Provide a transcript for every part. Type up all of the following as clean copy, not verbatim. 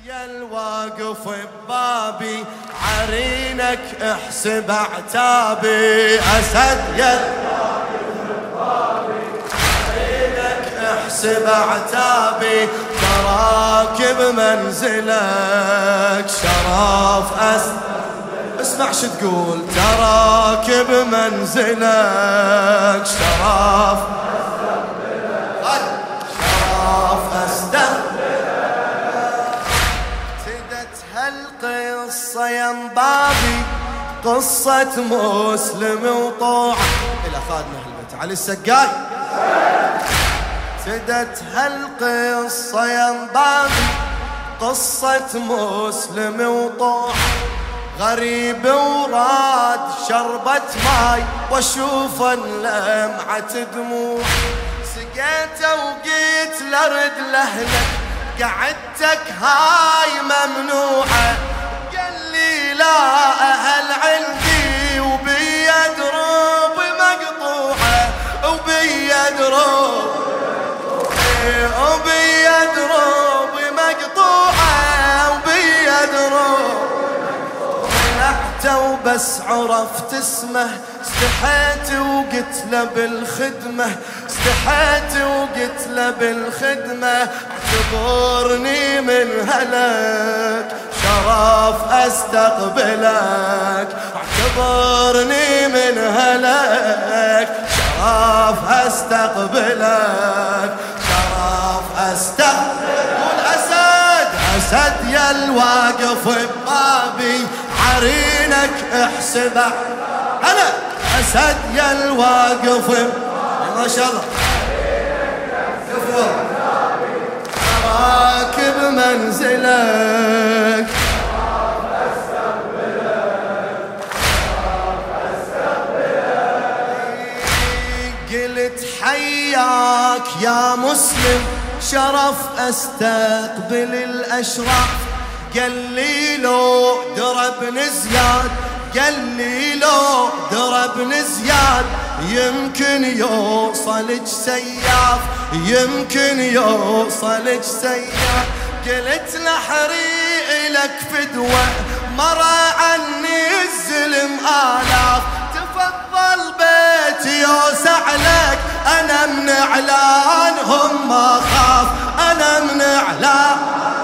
يا الواقف ببابي عرينك احسب اعتابي. أسد يا الواقف ببابي عرينك احسب اعتابي. تراك بمنزلك شرف اسمع شو تقول. تراك بمنزلك شرف القصة ينبابي قصة مسلم وطوعة. إلى خادنا هالبيت علي السقاي. ابتدت هالقصة ينبابي قصة مسلم وطوعة. غريب وراد شربت ماي واشوف لمعة دموع. سقيت وقيت لرد لهلك قعدتك هاي ممنوعة. قال لي لا أهل عندي وبي دروب مقطوعة. وبي دروب مقطوعة. وبي دروب طلعت وبس عرفت اسمه. استحيت وقلت له بالخدمة. استحيت وقلت له بالخدمة. اعتبرني من هلك شرف استقبلك. اعتبرني من هلك شرف استقبلك. شرف استقبلك. قول أسد أسد يا الواقف ببابي عرينك احسبه. هلا أسد يا الواقف ما شاء الله راكب منزلك. قلت حياك يا مسلم شرف استقبل الاشراف. قال لي لو درب زياد. قال لي لو درب زياد يمكن يوصلك سياف. يمكن يوصلك سياف. قلت لحري لك فدوة مرى عني الزلم آلاف. تفضل بيتي يوسع لك. أنا من إعلانهم ما خاف. أنا من إعلان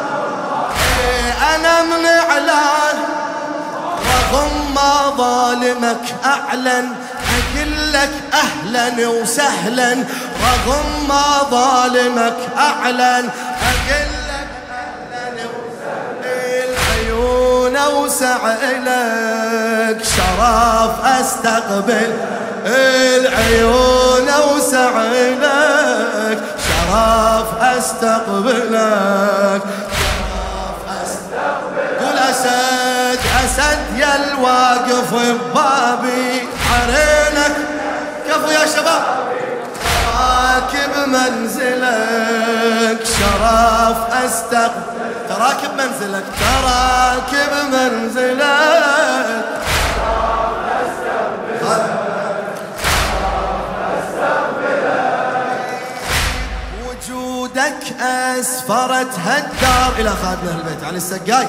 أنا من إعلان رغم ما ظالمك أعلن. أقول لك أهلا وسهلا رغم ما ظالمك أعلن. أقول لك أهلا وسهلا. العيون أوسع إلك شرف أستقبل. العيون أوسع إلك شرف أستقبلك. قول أسد أسد يا الواقف ببابي عرينك كفو يا شباب. راكب منزلك شرف أستقبل. تراكب منزلك. تراكب منزلك شرف أستقبلك. وجودك أسفرت هالدار. إلى خادنا البيت علي السقاي.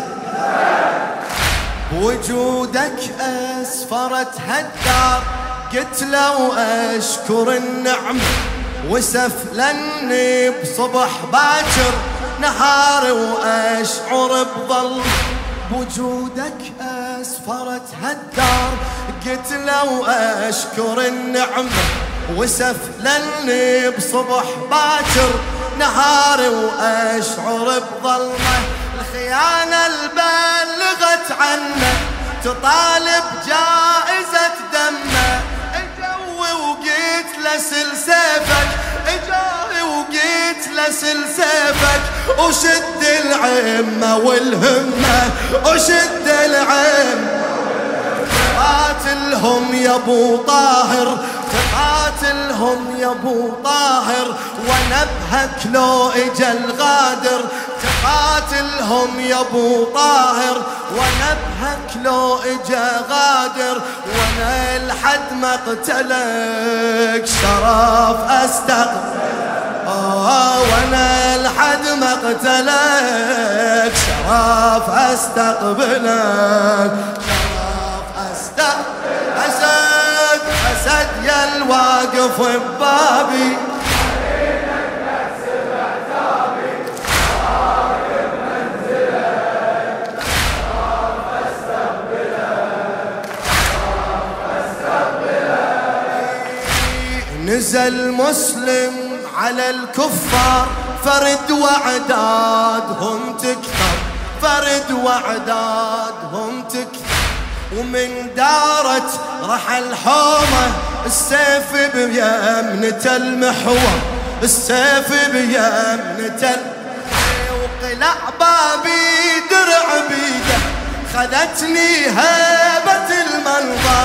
وجودك أسفرت هالدار. قلت لو أشكر النعمة وسفلني بصبح باكر نهار وأشعر بظل. بوجودك أسفرت هالدار. قلت لو أشكر النعمة وسفلني بصبح باكر نهار وأشعر بظلمه. الخيانة البلغت عنه تطالب جائزة دمه. اجوي وقيت لسل سيفك. اجوي وقيت لسل سيفك. وشد العمة والهمة. وشد العمة. تقاتلهم يا ابو طاهر. تقاتلهم يا ابو طاهر ونبهك لو اجا الغادر. تقاتلهم يا ابو طاهر ونبهك لو اجا غادر. وانا لحد مقتلك شرف استقبل. وانا لحد مقتلك شرف شرف استقبلك، شرف استقبلك. اسد اسد يا الواقف ببابي، نزل مسلم على الكفار فرد وعدادهم تكثر، فرد وعدادهم تكثر. ومن دارت رحل حومه السيف بيمنة المحور، السيف بيمنة وقلع بابي درع بيده، خذتني هيبة المنظر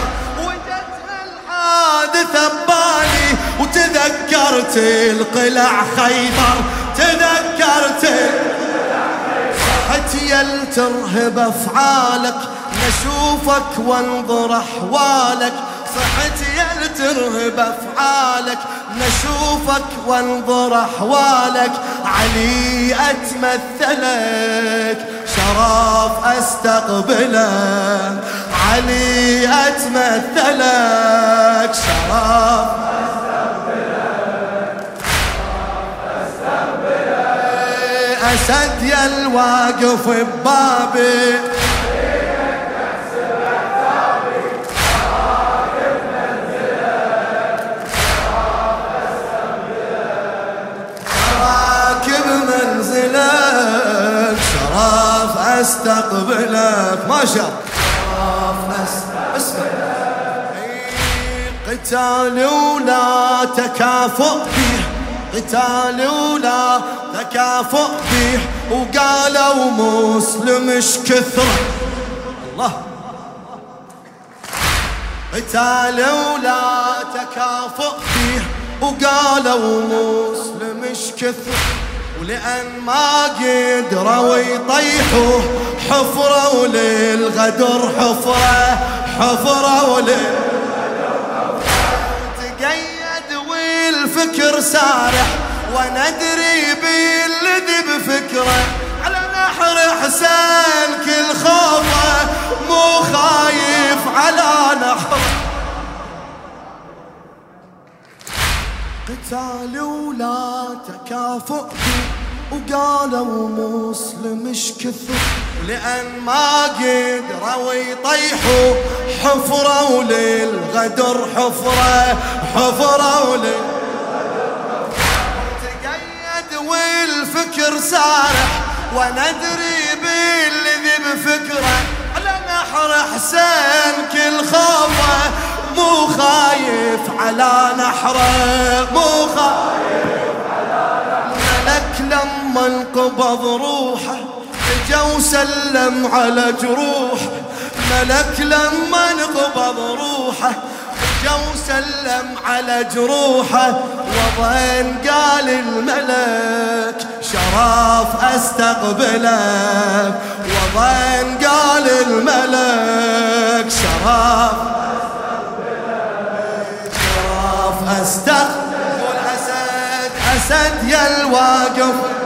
حادثة ببالي وتذكرت القلع خيبر، تذكرت صحت يل ترهب افعالك نشوفك وانظر احوالك، صحت يل ترهب افعالك نشوفك وانظر احوالك. علي اتمثلك شرف استقبلك، علي اتمثلك شرف استقبلك. اسد يا الواقف ببابي، شرف استقبلك. ما شاء اسمع قتال ولا تكافؤ به، قتال ولا تكافؤ به. وقالوا مسلم اش كثره الله، قتال ولا تكافؤ به. وقالوا مسلم اش كثره، ولأن ما قدروا يطيحوا حفرة وللغدر حفرة، حفرة وللغدر حفرة. تقيد والفكر سارح وندري بالذي بفكره، على نحر حسين كل خوفه مو خايف على نحر. قتال ولا تكافؤ به. وقالوا مسلم اش كثر، لأن ما قدروا يطيحوا حفرة وللغدر حفرة، حفرة وللغدر حفرة. تقيد والفكر سارح وندري بالذي بفكره، على نحر حسين كل خوفه مو خايف على نحره، مو خايف على نحره. ملك لما انقبض روحه اجا وسلم على جروحه، ملك لما انقبض روحه اجا وسلم على جروحه. وضين قال الملك شرف استقبلك، وضين قال الملك شرف استقبل. الاسد اسد يا الواقف